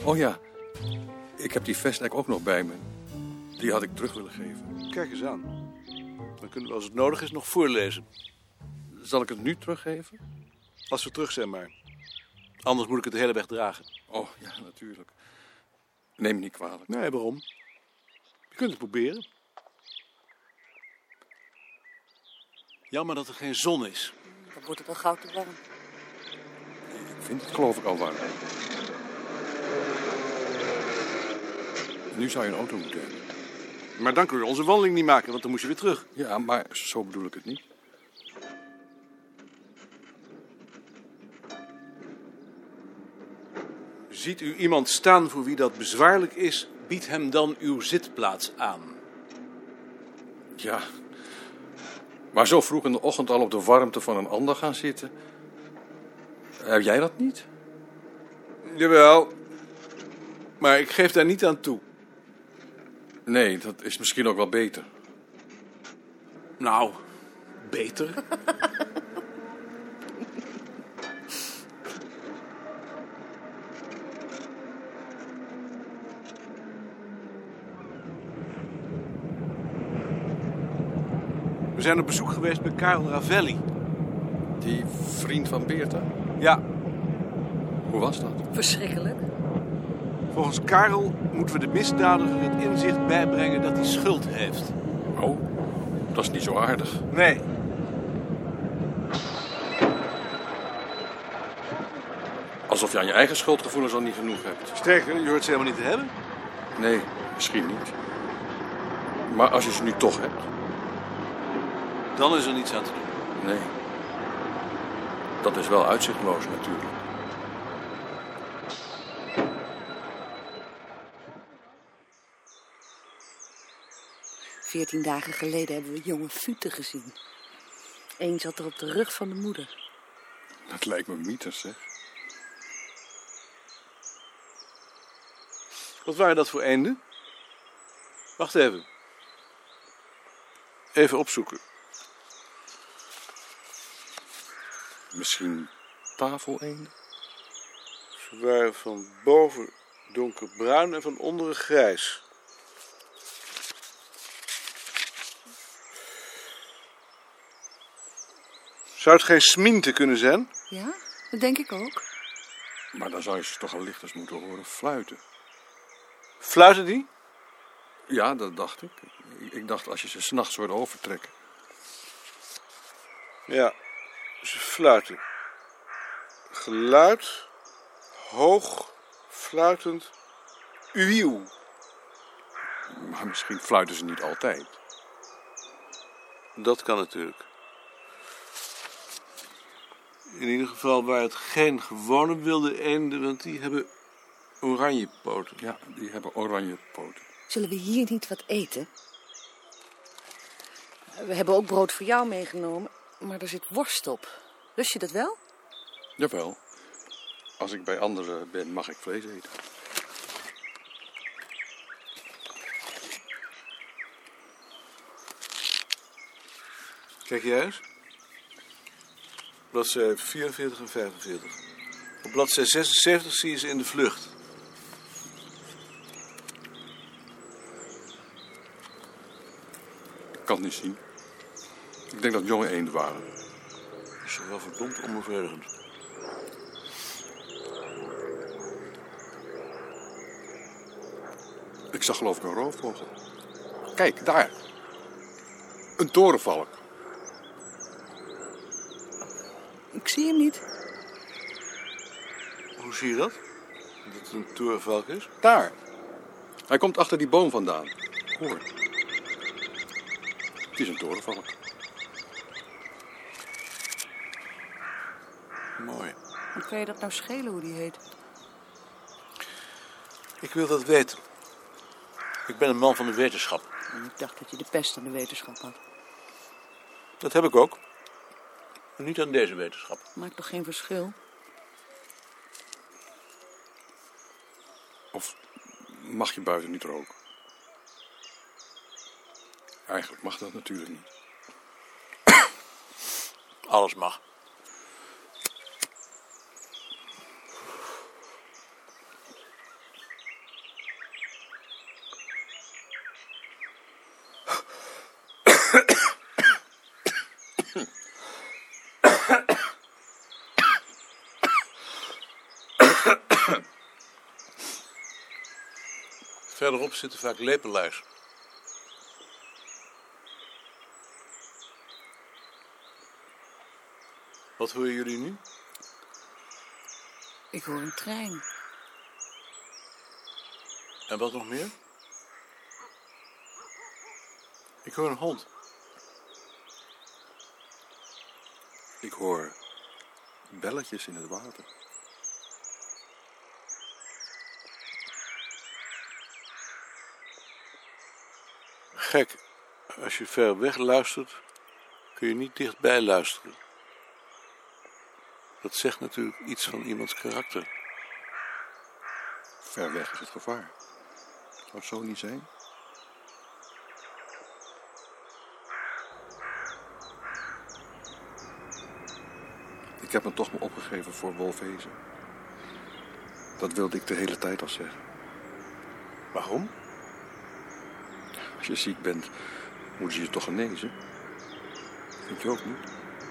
Oh ja, ik heb die vestnek ook nog bij me. Die had ik terug willen geven. Kijk eens aan. Dan kunnen we als het nodig is nog voorlezen. Zal ik het nu teruggeven? Als we terug zijn maar. Anders moet ik het de hele weg dragen. Oh ja, natuurlijk. Neem me niet kwalijk. Nee, waarom? Je kunt het proberen. Jammer dat er geen zon is. Dan wordt het al gauw te warm. Ik vind het geloof ik al warm. Nu zou je een auto moeten hebben. Maar dan kunnen we onze wandeling niet maken, want dan moet je weer terug. Ja, maar zo bedoel ik het niet. Ziet u iemand staan voor wie dat bezwaarlijk is, bied hem dan uw zitplaats aan. Ja, maar zo vroeg in de ochtend al op de warmte van een ander gaan zitten. Heb jij dat niet? Jawel, maar ik geef daar niet aan toe. Nee, dat is misschien ook wel beter. Nou, beter. We zijn op bezoek geweest bij Karel Ravelli. Die vriend van Beerta? Ja, Hoe was dat? Verschrikkelijk. volgens Karel moeten we de misdadiger het inzicht bijbrengen dat hij schuld heeft. Oh, dat is niet zo aardig. Nee. Alsof je aan je eigen schuldgevoelens al niet genoeg hebt. Sterker, je hoort ze helemaal niet te hebben. Nee, misschien niet. Maar als je ze nu toch hebt? Dan is er niets aan te doen. Nee. Dat is wel uitzichtloos natuurlijk. Veertien dagen geleden hebben we jonge Fute gezien. Eén zat er op de rug van de moeder. Dat lijkt me mythes, zeg. Wat waren dat voor eenden? Wacht even. Even opzoeken. Misschien tafeleenden? Ze waren van boven donkerbruin en van onderen grijs. Zou het geen sminte kunnen zijn? Ja, dat denk ik ook. Maar dan zou je ze toch al licht eens moeten horen fluiten. Fluiten die? Ja, dat dacht ik. Ik dacht als je ze 's nachts hoort overtrekken. Ja, ze fluiten. Geluid, hoog, fluitend, uwieuw. Maar misschien fluiten ze niet altijd. Dat kan natuurlijk. In ieder geval waren het geen gewone wilde eenden, want die hebben oranje poten. Ja, die hebben oranje poten. Zullen we hier niet wat eten? We hebben ook brood voor jou meegenomen, maar er zit worst op. Lust je dat wel? Jawel. Als ik bij anderen ben, mag ik vlees eten. Kijk jij eens. Bladzijde 44 en 45. Op bladzijde 76 zie je ze in de vlucht. Ik kan het niet zien. Ik denk dat jonge eenden waren. Dat is toch wel verdomd onbevredigend. Ik zag geloof ik een roofvogel. Kijk, daar. Een torenvalk. Ik zie hem niet. Hoe zie je dat? Dat het een torenvalk is? Daar. Hij komt achter die boom vandaan. Hoor. Het is een torenvalk. Mooi. Hoe kan je dat nou schelen hoe die heet? Ik wil dat weten. Ik ben een man van de wetenschap. En ik dacht dat je de pest aan de wetenschap had. Dat heb ik ook. Maar niet aan deze wetenschap. Maakt toch geen verschil? Of mag je buiten niet roken? Eigenlijk mag dat natuurlijk niet. Alles mag. Verderop zitten vaak lepelaars. Wat horen jullie nu? Ik hoor een trein. En wat nog meer? Ik hoor een hond. Ik hoor belletjes in het water. Gek, als je ver weg luistert, kun je niet dichtbij luisteren. Dat zegt natuurlijk iets van iemands karakter. Ver weg is het gevaar. Zou het zo niet zijn? Ik heb me toch maar opgegeven voor Wolfezen. Dat wilde ik de hele tijd al zeggen. Waarom? Als je ziek bent, moeten ze je toch genezen? Vind je ook niet?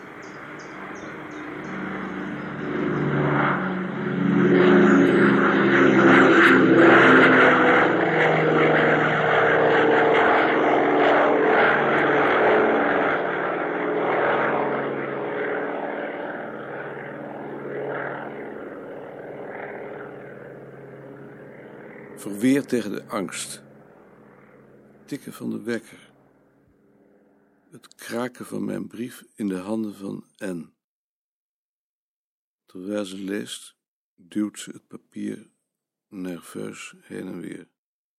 Verweer tegen de angst. Tikken van de wekker. Het kraken van mijn brief in de handen van N. Terwijl ze leest, duwt ze het papier nerveus heen en weer.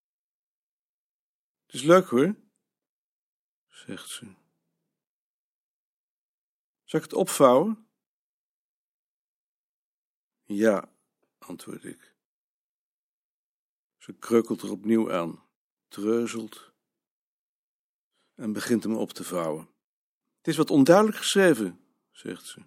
Het is leuk hoor, zegt ze. Zal ik het opvouwen? Ja, antwoord ik. Ze kreukelt er opnieuw aan, treuzelt en begint hem op te vouwen. Het is wat onduidelijk geschreven, zegt ze.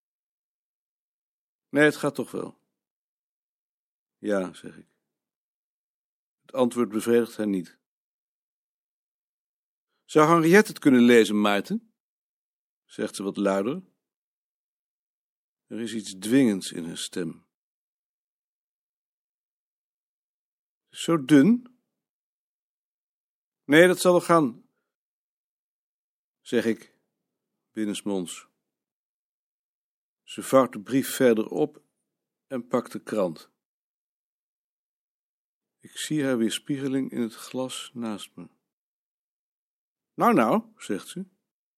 Nee, het gaat toch wel. Ja, zeg ik. Het antwoord bevredigt haar niet. Zou Henriette het kunnen lezen, Maarten? Zegt ze wat luider. Er is iets dwingends in haar stem. Zo dun? Nee, dat zal wel gaan, zeg ik, binnensmonds. Ze vouwt de brief verder op en pakt de krant. Ik zie haar weerspiegeling in het glas naast me. Nou, zegt ze.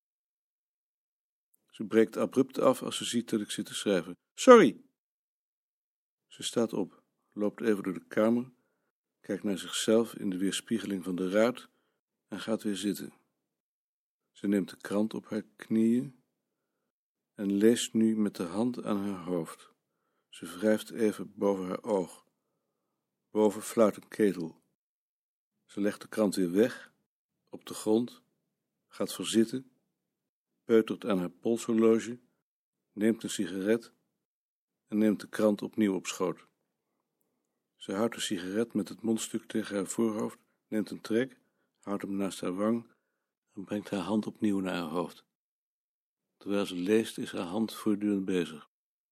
Ze breekt abrupt af als ze ziet dat ik zit te schrijven. Sorry. Ze staat op, loopt even door de kamer, kijkt naar zichzelf in de weerspiegeling van de ruit en gaat weer zitten. Ze neemt de krant op haar knieën en leest nu met de hand aan haar hoofd. Ze wrijft even boven haar oog. Boven fluit een ketel. Ze legt de krant weer weg, op de grond, gaat voor zitten, peutert aan haar polshorloge, neemt een sigaret en neemt de krant opnieuw op schoot. Ze houdt de sigaret met het mondstuk tegen haar voorhoofd, neemt een trek, houdt hem naast haar wang en brengt haar hand opnieuw naar haar hoofd. Terwijl ze leest is haar hand voortdurend bezig.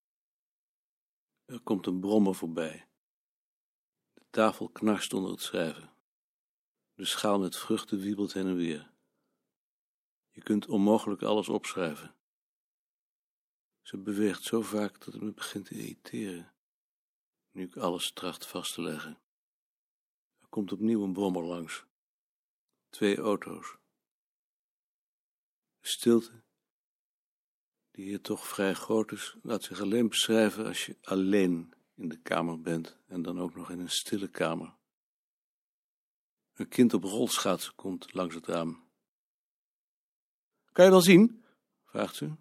Er komt een brommer voorbij. De tafel knarst onder het schrijven. De schaal met vruchten wiebelt heen en weer. Je kunt onmogelijk alles opschrijven. Ze beweegt zo vaak dat het me begint te irriteren, nu ik alles tracht vast te leggen. Er komt opnieuw een brommer langs. 2 auto's. De stilte, die hier toch vrij groot is, laat zich alleen beschrijven als je alleen in de kamer bent en dan ook nog in een stille kamer. Een kind op rolschaatsen komt langs het raam. Kan je wel zien? Vraagt ze.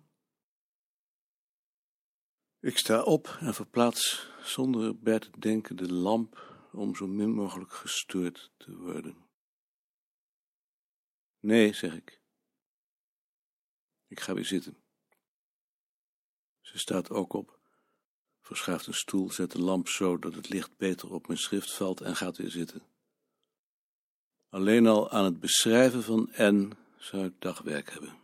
Ik sta op en verplaats zonder erbij te denken de lamp om zo min mogelijk gestoord te worden. Nee, zeg ik. Ik ga weer zitten. Ze staat ook op, verschuift een stoel, zet de lamp zo dat het licht beter op mijn schrift valt en gaat weer zitten. Alleen al aan het beschrijven van N zou ik dagwerk hebben.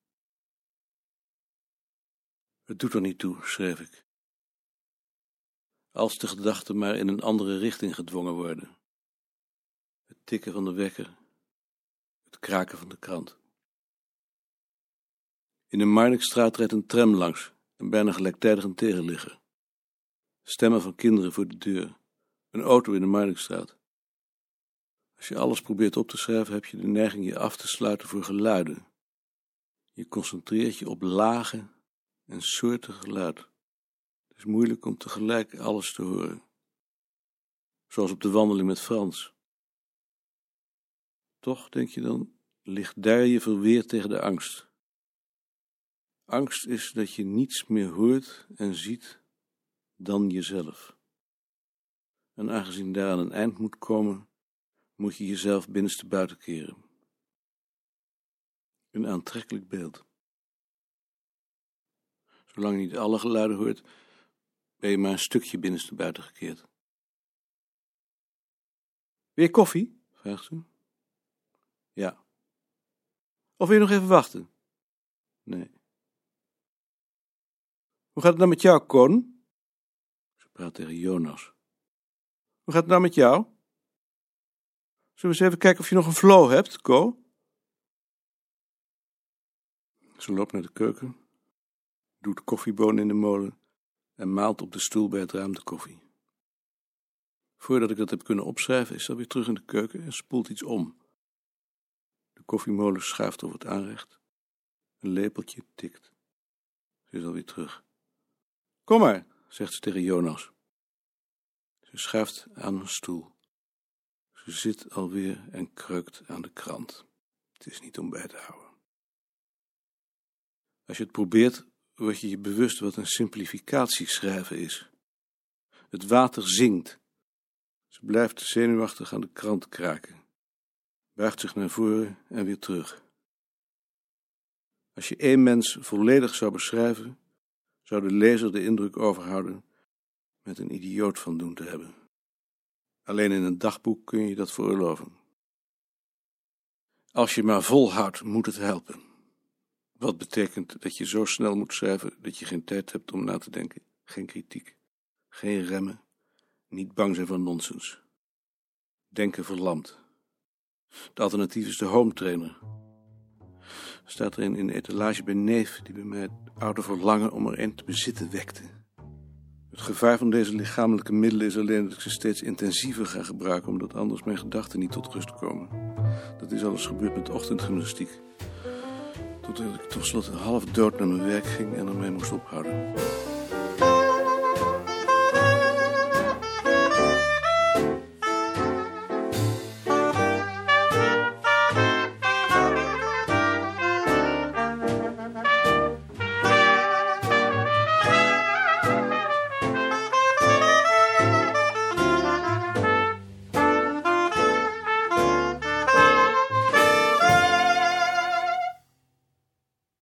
Het doet er niet toe, schreef ik. Als de gedachten maar in een andere richting gedwongen worden. Het tikken van de wekker, het kraken van de krant. In de Marnixstraat rijdt een tram langs en bijna gelijktijdig een tegenligger. Stemmen van kinderen voor de deur, een auto in de Marnixstraat. Als je alles probeert op te schrijven, heb je de neiging je af te sluiten voor geluiden. Je concentreert je op lage en soorten geluid. Het is moeilijk om tegelijk alles te horen. Zoals op de wandeling met Frans. Toch, denk je dan, ligt daar je verweer tegen de angst. Angst is dat je niets meer hoort en ziet dan jezelf. En aangezien daar aan een eind moet komen, moet je jezelf binnenstebuiten keren. Een aantrekkelijk beeld. Zolang je niet alle geluiden hoort, ben je maar een stukje binnenstebuiten gekeerd. Weer koffie? Vraagt ze. Ja. Of wil je nog even wachten? Nee. Hoe gaat het nou met jou, Koen? Ze praat tegen Jonas. Hoe gaat het nou met jou? Zullen we eens even kijken of je nog een flow hebt, Ko? Ze loopt naar de keuken, doet de koffiebonen in de molen en maalt op de stoel bij het raam de koffie. Voordat ik dat heb kunnen opschrijven, is ze alweer terug in de keuken en spoelt iets om. De koffiemolen schuift over het aanrecht. Een lepeltje tikt. Ze is alweer terug. Kom maar, zegt ze tegen Jonas. Ze schuift aan een stoel. Ze zit alweer en kreukt aan de krant. Het is niet om bij te houden. Als je het probeert, word je je bewust wat een simplificatie schrijven is. Het water zingt. Ze blijft zenuwachtig aan de krant kraken. Buigt zich naar voren en weer terug. Als je één mens volledig zou beschrijven, zou de lezer de indruk overhouden met een idioot van doen te hebben. Alleen in een dagboek kun je dat veroorloven. Als je maar volhoudt, moet het helpen. Wat betekent dat je zo snel moet schrijven dat je geen tijd hebt om na te denken. Geen kritiek, geen remmen, niet bang zijn voor nonsens. Denken verlamt. Het alternatief is de home trainer. Staat er in de etalage bij neef, die bij mij het oude verlangen om er een te bezitten wekte. Het gevaar van deze lichamelijke middelen is alleen dat ik ze steeds intensiever ga gebruiken, omdat anders mijn gedachten niet tot rust komen. Dat is alles gebeurd met ochtendgymnastiek. Totdat ik tot slot half dood naar mijn werk ging en ermee moest ophouden.